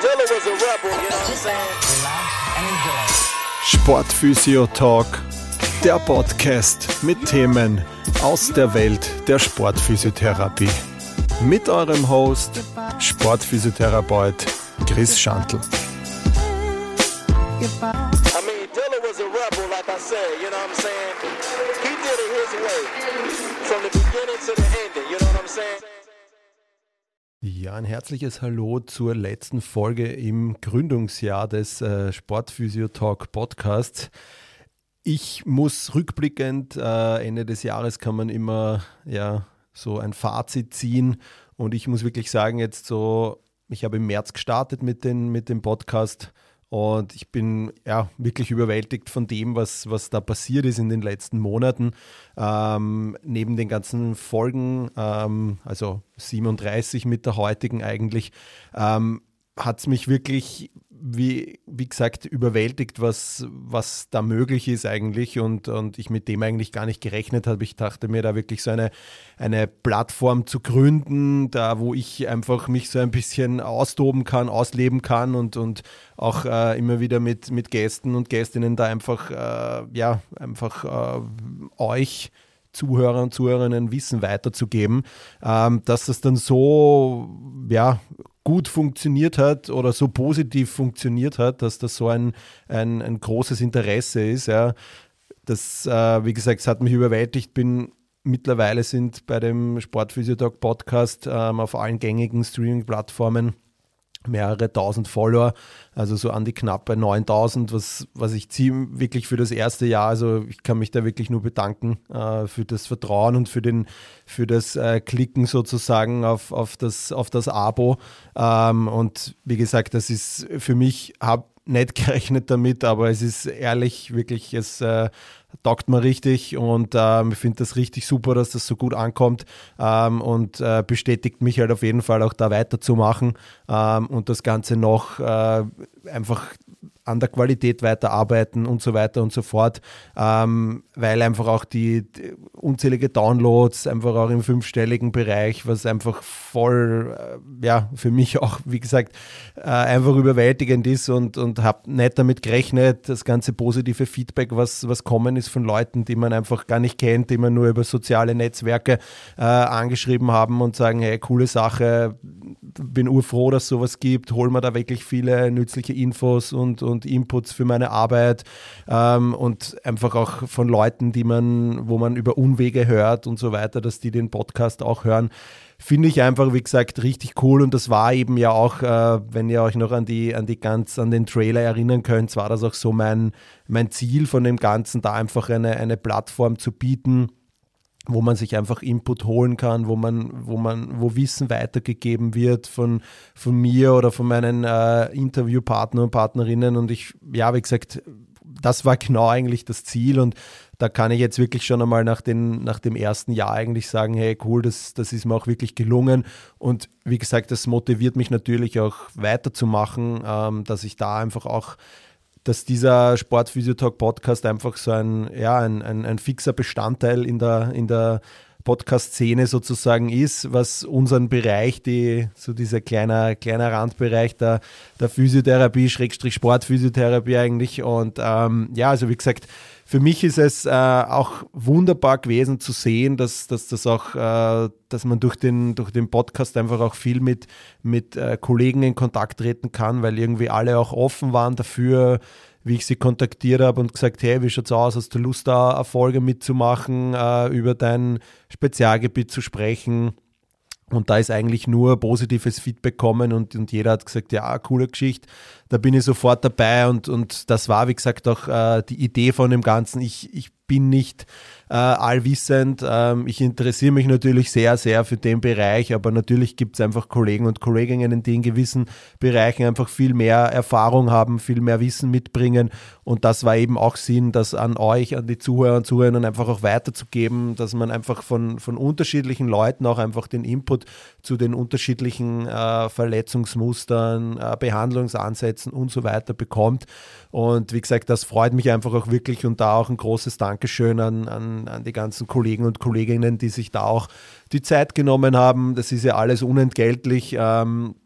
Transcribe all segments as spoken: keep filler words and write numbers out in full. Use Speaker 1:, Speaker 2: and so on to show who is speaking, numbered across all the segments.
Speaker 1: Dilla was a rebel, you know what I'm saying?
Speaker 2: Sportphysio Talk, der Podcast mit Themen aus der Welt der Sportphysiotherapie. Mit eurem Host, Sportphysiotherapeut Chris Schantl.
Speaker 1: I mean, Dilla was a rebel, like I said, you know what I'm saying? He did it his way, from the beginning to the ending, you know what I'm saying?
Speaker 2: Ja, ein herzliches Hallo zur letzten Folge im Gründungsjahr des äh, Sportphysio Talk Podcasts. Ich muss rückblickend, äh, Ende des Jahres kann man immer ja, so ein Fazit ziehen und ich muss wirklich sagen, jetzt so, ich habe im März gestartet mit, den, mit dem Podcast und ich bin ja wirklich überwältigt von dem, was, was da passiert ist in den letzten Monaten. Ähm, neben den ganzen Folgen, ähm, also siebenunddreißig mit der heutigen eigentlich, ähm, hat es mich wirklich, wie, wie gesagt, überwältigt, was, was da möglich ist eigentlich und, und ich mit dem eigentlich gar nicht gerechnet habe. Ich dachte mir, da wirklich so eine, eine Plattform zu gründen, da wo ich einfach mich so ein bisschen austoben kann, ausleben kann und, und auch äh, immer wieder mit, mit Gästen und Gästinnen da einfach, äh, ja, einfach äh, euch Zuhörer und Zuhörerinnen Wissen weiterzugeben, ähm, dass das dann so, ja, gut funktioniert hat oder so positiv funktioniert hat, dass das so ein, ein, ein großes Interesse ist. Ja. Das, äh, wie gesagt, es hat mich überwältigt. Bin mittlerweile sind bei dem Sportphysio Talk Podcast ähm, auf allen gängigen Streaming-Plattformen mehrere tausend Follower, also so an die knappe neuntausend, was, was ich ziehe wirklich für das erste Jahr, also ich kann mich da wirklich nur bedanken äh, für das Vertrauen und für, den, für das äh, Klicken sozusagen auf, auf, das, auf das Abo ähm, und wie gesagt, das ist für mich, habe nicht gerechnet damit, aber es ist ehrlich, wirklich, es äh, taugt mir richtig und ähm, ich finde das richtig super, dass das so gut ankommt ähm, und äh, bestätigt mich halt auf jeden Fall auch da weiterzumachen ähm, und das Ganze noch äh, einfach an der Qualität weiterarbeiten und so weiter und so fort, ähm, weil einfach auch die, die unzählige Downloads einfach auch im fünfstelligen Bereich, was einfach voll, äh, ja, für mich auch, wie gesagt, äh, einfach überwältigend ist und, und habe nicht damit gerechnet, das ganze positive Feedback, was, was kommen ist von Leuten, die man einfach gar nicht kennt, die man nur über soziale Netzwerke äh, angeschrieben haben und sagen, hey, coole Sache, bin urfroh, dass es sowas gibt, hol mir da wirklich viele nützliche Infos und, und und Inputs für meine Arbeit ähm, und einfach auch von Leuten, die man, wo man über Umwege hört und so weiter, dass die den Podcast auch hören, finde ich einfach, wie gesagt, richtig cool und das war eben ja auch, äh, wenn ihr euch noch an die, an die ganz, an den Trailer erinnern könnt, war das auch so mein, mein Ziel von dem Ganzen, da einfach eine, eine Plattform zu bieten, wo man sich einfach Input holen kann, wo man, wo man, wo Wissen weitergegeben wird von, von mir oder von meinen äh, Interviewpartnern und Partnerinnen und ich, ja, wie gesagt, das war genau eigentlich das Ziel und da kann ich jetzt wirklich schon einmal nach, den, nach dem ersten Jahr eigentlich sagen, hey, cool, das, das ist mir auch wirklich gelungen und wie gesagt, das motiviert mich natürlich auch weiterzumachen, ähm, dass ich da einfach auch dass dieser Sportphysio Talk Podcast einfach so ein, ja, ein, ein, ein fixer Bestandteil in der, in der Podcast-Szene sozusagen ist, was unseren Bereich, die, so dieser kleiner, kleiner Randbereich der, der Physiotherapie, Schrägstrich Sportphysiotherapie eigentlich und ähm, ja, also wie gesagt, für mich ist es äh, auch wunderbar gewesen zu sehen, dass, dass das auch, äh, dass man durch den, durch den Podcast einfach auch viel mit, mit äh, Kollegen in Kontakt treten kann, weil irgendwie alle auch offen waren dafür, wie ich sie kontaktiert habe und gesagt, hey, wie schaut's aus, hast du Lust, da eine Folge mitzumachen, äh, über dein Spezialgebiet zu sprechen? Und da ist eigentlich nur positives Feedback gekommen und, und jeder hat gesagt, ja, coole Geschichte, da bin ich sofort dabei und, und das war, wie gesagt, auch äh, die Idee von dem Ganzen. Ich, ich bin nicht äh, allwissend, ähm, ich interessiere mich natürlich sehr, sehr für den Bereich, aber natürlich gibt es einfach Kollegen und Kolleginnen, die in gewissen Bereichen einfach viel mehr Erfahrung haben, viel mehr Wissen mitbringen und das war eben auch Sinn, das an euch, an die Zuhörer und Zuhörerinnen einfach auch weiterzugeben, dass man einfach von, von unterschiedlichen Leuten auch einfach den Input zu den unterschiedlichen äh, Verletzungsmustern, äh, Behandlungsansätzen und so weiter bekommt und wie gesagt, das freut mich einfach auch wirklich und da auch ein großes Dankeschön an, an, an die ganzen Kollegen und Kolleginnen, die sich da auch die Zeit genommen haben. Das ist ja alles unentgeltlich ähm,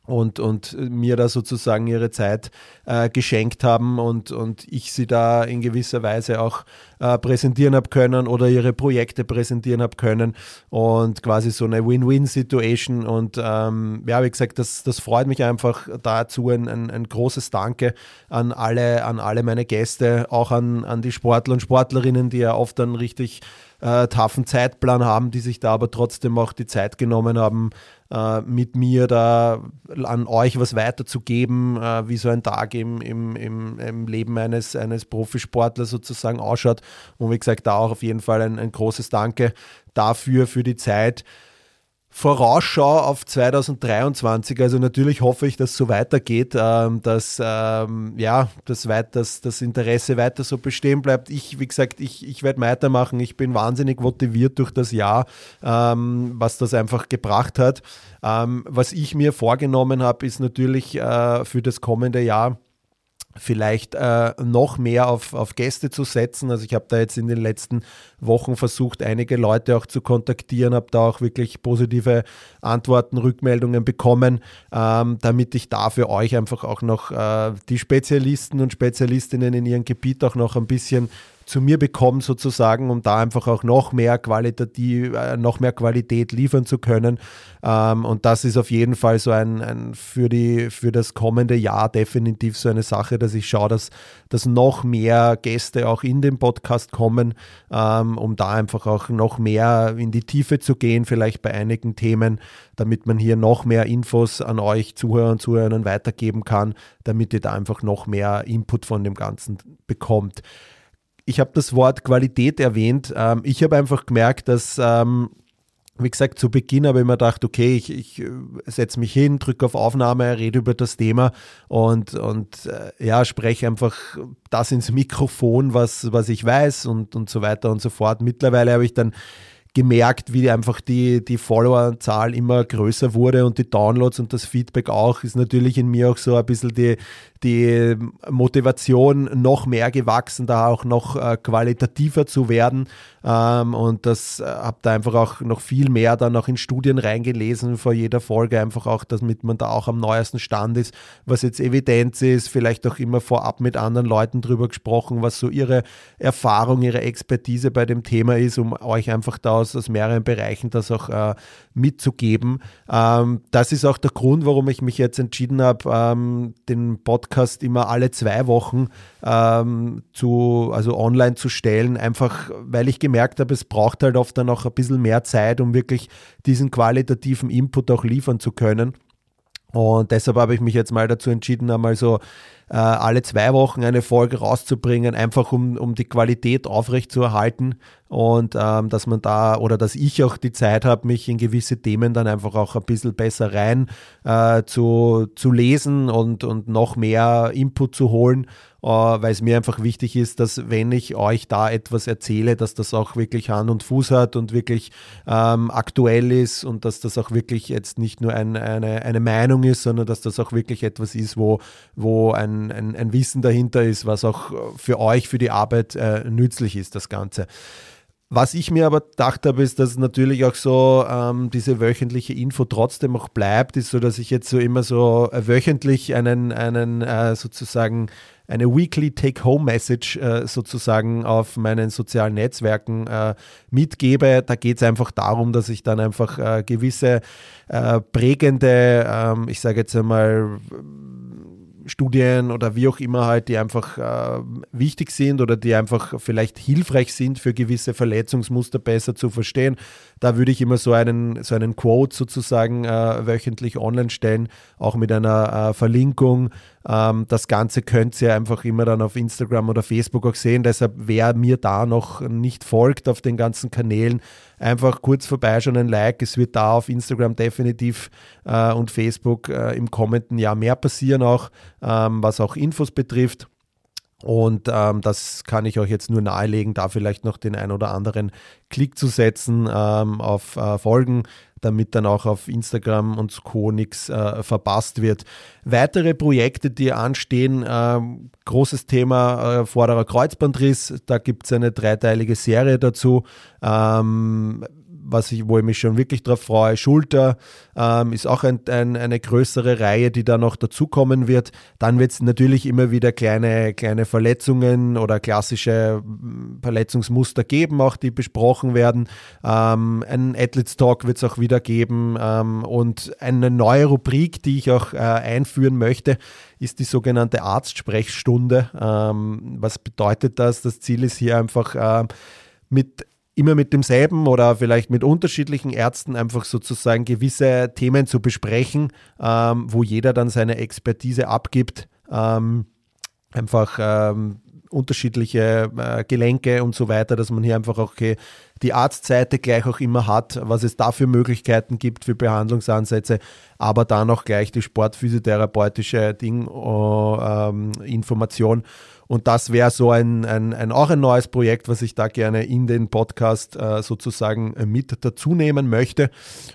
Speaker 2: und, und mir da sozusagen ihre Zeit äh, geschenkt haben und, und ich sie da in gewisser Weise auch äh, präsentieren habe können oder ihre Projekte präsentieren habe können und quasi so eine Win-Win-Situation und ähm, ja, wie gesagt, das, das freut mich einfach dazu, ein, ein, ein großes Danke an alle, an alle meine Gäste, auch an, an die Sportler und Sportlerinnen, die ja oft einen richtig äh, taffen Zeitplan haben, die sich da aber trotzdem auch die Zeit genommen haben, äh, mit mir da an euch was weiterzugeben, äh, wie so ein Tag im, im, im, im Leben eines, eines Profisportlers sozusagen ausschaut. Und wie gesagt, da auch auf jeden Fall ein, ein großes Danke dafür, für die Zeit. Vorausschau auf zwanzig dreiundzwanzig, also natürlich hoffe ich, dass es so weitergeht, ähm, dass ähm, ja, das, weit, dass das Interesse weiter so bestehen bleibt. Ich, wie gesagt, ich, ich werde weitermachen. Ich bin wahnsinnig motiviert durch das Jahr, ähm, was das einfach gebracht hat. Ähm, was ich mir vorgenommen habe, ist natürlich äh, für das kommende Jahr vielleicht äh, noch mehr auf, auf Gäste zu setzen. Also ich habe da jetzt in den letzten Wochen versucht, einige Leute auch zu kontaktieren, habe da auch wirklich positive Antworten, Rückmeldungen bekommen, ähm, damit ich da für euch einfach auch noch äh, die Spezialisten und Spezialistinnen in ihrem Gebiet auch noch ein bisschen zu mir bekommen sozusagen, um da einfach auch noch mehr qualitativ, äh, noch mehr Qualität liefern zu können. Ähm, und das ist auf jeden Fall so ein, ein für die, für das kommende Jahr definitiv so eine Sache, dass ich schaue, dass, dass noch mehr Gäste auch in den Podcast kommen, ähm, um da einfach auch noch mehr in die Tiefe zu gehen, vielleicht bei einigen Themen, damit man hier noch mehr Infos an euch Zuhörer und Zuhörerinnen weitergeben kann, damit ihr da einfach noch mehr Input von dem Ganzen bekommt. Ich habe das Wort Qualität erwähnt. Ähm, ich habe einfach gemerkt, dass, ähm, wie gesagt, zu Beginn habe ich mir gedacht, okay, ich, ich setze mich hin, drücke auf Aufnahme, rede über das Thema und, und äh, ja, spreche einfach das ins Mikrofon, was, was ich weiß und, und so weiter und so fort. Mittlerweile habe ich dann gemerkt, wie einfach die, die Followerzahl immer größer wurde und die Downloads und das Feedback auch, ist natürlich in mir auch so ein bisschen die, die Motivation noch mehr gewachsen, da auch noch äh, qualitativer zu werden ähm, und das äh, habe da einfach auch noch viel mehr dann auch in Studien reingelesen vor jeder Folge, einfach auch, damit man da auch am neuesten Stand ist, was jetzt Evidenz ist, vielleicht auch immer vorab mit anderen Leuten drüber gesprochen, was so ihre Erfahrung, ihre Expertise bei dem Thema ist, um euch einfach da aus, aus mehreren Bereichen das auch äh, mitzugeben. Ähm, das ist auch der Grund, warum ich mich jetzt entschieden habe, ähm, den Podcast immer alle zwei Wochen ähm, zu, also online zu stellen, einfach weil ich gemerkt habe, es braucht halt oft dann auch ein bisschen mehr Zeit, um wirklich diesen qualitativen Input auch liefern zu können. Und deshalb habe ich mich jetzt mal dazu entschieden, einmal so äh, alle zwei Wochen eine Folge rauszubringen, einfach um, um die Qualität aufrechtzuerhalten und ähm, dass man da oder dass ich auch die Zeit habe, mich in gewisse Themen dann einfach auch ein bisschen besser rein äh, zu, zu lesen und, und noch mehr Input zu holen, äh, weil es mir einfach wichtig ist, dass wenn ich euch da etwas erzähle, dass das auch wirklich Hand und Fuß hat und wirklich ähm, aktuell ist und dass das auch wirklich jetzt nicht nur ein, eine, eine Meinung ist, sondern dass das auch wirklich etwas ist, wo, wo ein, ein, ein Wissen dahinter ist, was auch für euch, für die Arbeit äh, nützlich ist, das Ganze. Was ich mir aber gedacht habe, ist, dass natürlich auch so ähm, diese wöchentliche Info trotzdem auch bleibt, ist so, dass ich jetzt so immer so äh, wöchentlich einen, einen äh, sozusagen eine Weekly Take-Home-Message äh, sozusagen auf meinen sozialen Netzwerken äh, mitgebe. Da geht es einfach darum, dass ich dann einfach äh, gewisse äh, prägende, ähm, ich sage jetzt einmal, Studien oder wie auch immer halt, die einfach äh, wichtig sind oder die einfach vielleicht hilfreich sind für gewisse Verletzungsmuster besser zu verstehen. Da würde ich immer so einen, so einen Quote sozusagen äh, wöchentlich online stellen, auch mit einer äh, Verlinkung. Ähm, das Ganze könnt ihr einfach immer dann auf Instagram oder Facebook auch sehen. Deshalb, wer mir da noch nicht folgt auf den ganzen Kanälen, einfach kurz vorbeischauen, ein Like. Es wird da auf Instagram definitiv äh, und Facebook äh, im kommenden Jahr mehr passieren auch, ähm, was auch Infos betrifft. Und ähm, das kann ich euch jetzt nur nahelegen, da vielleicht noch den ein oder anderen Klick zu setzen ähm, auf äh, Folgen, damit dann auch auf Instagram und Co. nichts äh, verpasst wird. Weitere Projekte, die anstehen, äh, großes Thema äh, vorderer Kreuzbandriss, da gibt es eine dreiteilige Serie dazu. Ähm, was ich, wo ich mich schon wirklich drauf freue. Schulter ähm, ist auch ein, ein, eine größere Reihe, die da noch dazukommen wird. Dann wird es natürlich immer wieder kleine, kleine Verletzungen oder klassische Verletzungsmuster geben, auch die besprochen werden. Ähm, ein Athletes Talk wird es auch wieder geben ähm, und eine neue Rubrik, die ich auch äh, einführen möchte, ist die sogenannte Arztsprechstunde. Ähm, was bedeutet das? Das Ziel ist hier einfach äh, mit immer mit demselben oder vielleicht mit unterschiedlichen Ärzten einfach sozusagen gewisse Themen zu besprechen, ähm, wo jeder dann seine Expertise abgibt. Ähm, einfach ähm, unterschiedliche äh, Gelenke und so weiter, dass man hier einfach auch okay, die Arztseite gleich auch immer hat, was es da für Möglichkeiten gibt für Behandlungsansätze, aber dann auch gleich die sportphysiotherapeutische Ding, oh, ähm, Information. Und das wäre so ein, ein, ein auch ein neues Projekt, was ich da gerne in den Podcast äh, sozusagen äh, mit dazu nehmen möchte.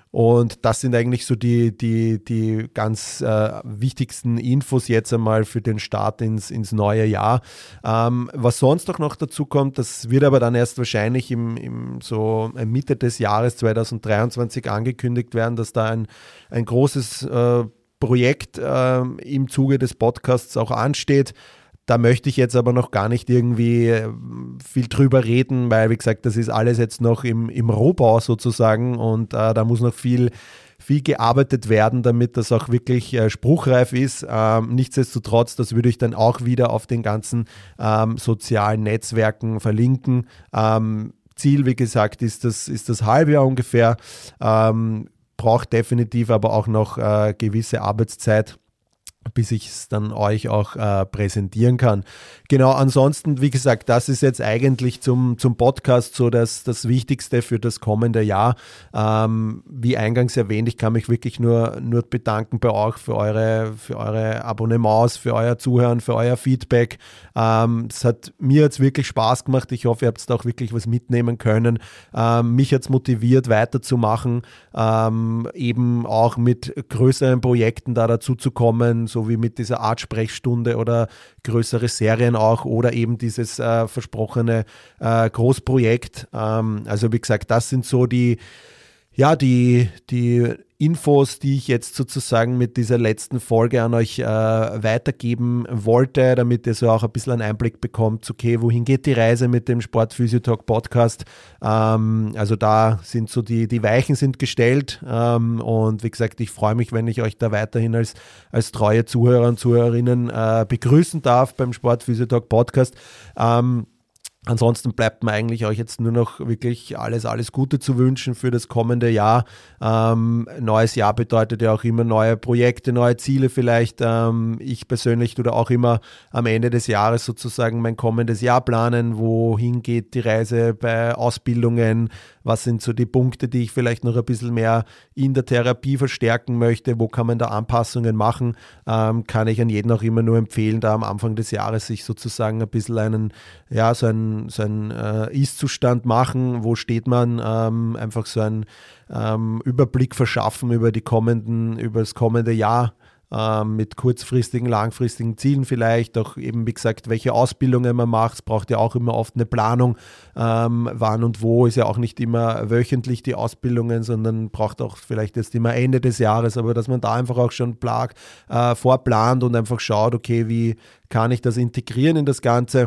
Speaker 2: Und das sind eigentlich so die, die, die ganz äh, wichtigsten Infos jetzt einmal für den Start ins, ins neue Jahr. Ähm, was sonst auch noch dazu kommt, das wird aber dann erst wahrscheinlich im, im so Mitte des Jahres zweitausenddreiundzwanzig angekündigt werden, dass da ein, ein großes äh, Projekt äh, im Zuge des Podcasts auch ansteht. Da möchte ich jetzt aber noch gar nicht irgendwie viel drüber reden, weil, wie gesagt, das ist alles jetzt noch im, im Rohbau sozusagen und äh, da muss noch viel, viel gearbeitet werden, damit das auch wirklich äh, spruchreif ist. Ähm, nichtsdestotrotz, das würde ich dann auch wieder auf den ganzen ähm, sozialen Netzwerken verlinken. Ähm, Ziel, wie gesagt, ist das, ist das Halbjahr ungefähr. Ähm, braucht definitiv aber auch noch äh, gewisse Arbeitszeit, bis ich es dann euch auch äh, präsentieren kann. Genau, ansonsten, wie gesagt, das ist jetzt eigentlich zum, zum Podcast so das, das Wichtigste für das kommende Jahr. Ähm, wie eingangs erwähnt, ich kann mich wirklich nur, nur bedanken bei euch für eure, für eure Abonnements, für euer Zuhören, für euer Feedback. Ähm, es hat mir jetzt wirklich Spaß gemacht. Ich hoffe, ihr habt da auch wirklich was mitnehmen können. Ähm, mich hat es motiviert, weiterzumachen, ähm, eben auch mit größeren Projekten da dazu zu kommen, so wie mit dieser Art-Sprechstunde oder größere Serien auch oder eben dieses äh, versprochene äh, Großprojekt. Ähm, also wie gesagt, das sind so die, ja, die, die Infos, die ich jetzt sozusagen mit dieser letzten Folge an euch äh, weitergeben wollte, damit ihr so auch ein bisschen einen Einblick bekommt, okay, wohin geht die Reise mit dem Sportphysio-Talk Podcast. Ähm, also da sind so die, die Weichen sind gestellt ähm, und wie gesagt, ich freue mich, wenn ich euch da weiterhin als, als treue Zuhörer und Zuhörerinnen äh, begrüßen darf beim Sportphysio-Talk Podcast. Ähm, Ansonsten bleibt mir eigentlich euch jetzt nur noch wirklich alles, alles Gute zu wünschen für das kommende Jahr. Ähm, neues Jahr bedeutet ja auch immer neue Projekte, neue Ziele vielleicht. Ähm, ich persönlich tue da auch immer am Ende des Jahres sozusagen mein kommendes Jahr planen. Wohin geht die Reise bei Ausbildungen? Was sind so die Punkte, die ich vielleicht noch ein bisschen mehr in der Therapie verstärken möchte? Wo kann man da Anpassungen machen? Ähm, kann ich an jeden auch immer nur empfehlen, da am Anfang des Jahres sich sozusagen ein bisschen einen, ja, so ein, so ein äh, Ist-Zustand machen. Wo steht man? Ähm, einfach so einen ähm, Überblick verschaffen über die kommenden, über das kommende Jahr. Mit kurzfristigen, langfristigen Zielen vielleicht, auch eben wie gesagt, welche Ausbildungen man macht. Es braucht ja auch immer oft eine Planung, ähm, wann und wo, ist ja auch nicht immer wöchentlich die Ausbildungen, sondern braucht auch vielleicht jetzt immer Ende des Jahres, aber dass man da einfach auch schon plag, äh, vorplant und einfach schaut, okay, wie kann ich das integrieren in das Ganze.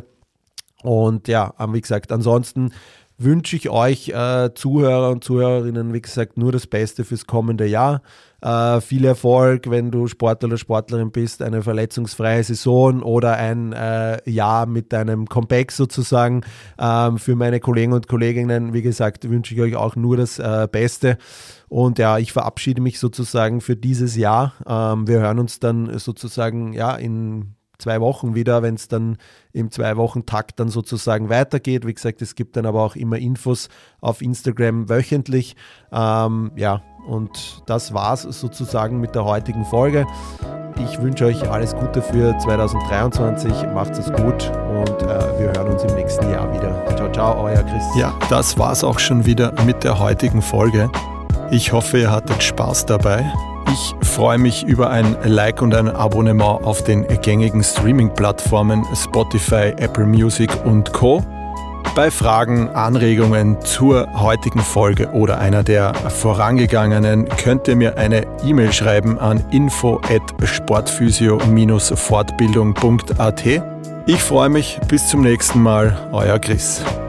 Speaker 2: Und ja, wie gesagt, ansonsten wünsche ich euch äh, Zuhörer und Zuhörerinnen, wie gesagt, nur das Beste fürs kommende Jahr. Äh, viel Erfolg, wenn du Sportler oder Sportlerin bist, eine verletzungsfreie Saison oder ein äh, Jahr mit einem Comeback sozusagen. Ähm, für meine Kollegen und Kolleginnen, wie gesagt, wünsche ich euch auch nur das äh, Beste. Und ja, ich verabschiede mich sozusagen für dieses Jahr. Ähm, wir hören uns dann sozusagen ja in zwei Wochen wieder, wenn es dann im Zwei-Wochen-Takt dann sozusagen weitergeht. Wie gesagt, es gibt dann aber auch immer Infos auf Instagram wöchentlich. Ähm, ja, und das war's sozusagen mit der heutigen Folge. Ich wünsche euch alles Gute für zweitausenddreiundzwanzig. Macht's es gut und äh, wir hören uns im nächsten Jahr wieder. Ciao, ciao, euer Christian.
Speaker 3: Ja, das war's auch schon wieder mit der heutigen Folge. Ich hoffe, ihr hattet Spaß dabei. Ich freue mich über ein Like und ein Abonnement auf den gängigen Streaming-Plattformen Spotify, Apple Music und Co. Bei Fragen, Anregungen zur heutigen Folge oder einer der vorangegangenen könnt ihr mir eine E-Mail schreiben an info at sportphysio Fortbildung punkt at. Ich freue mich, bis zum nächsten Mal, euer Chris.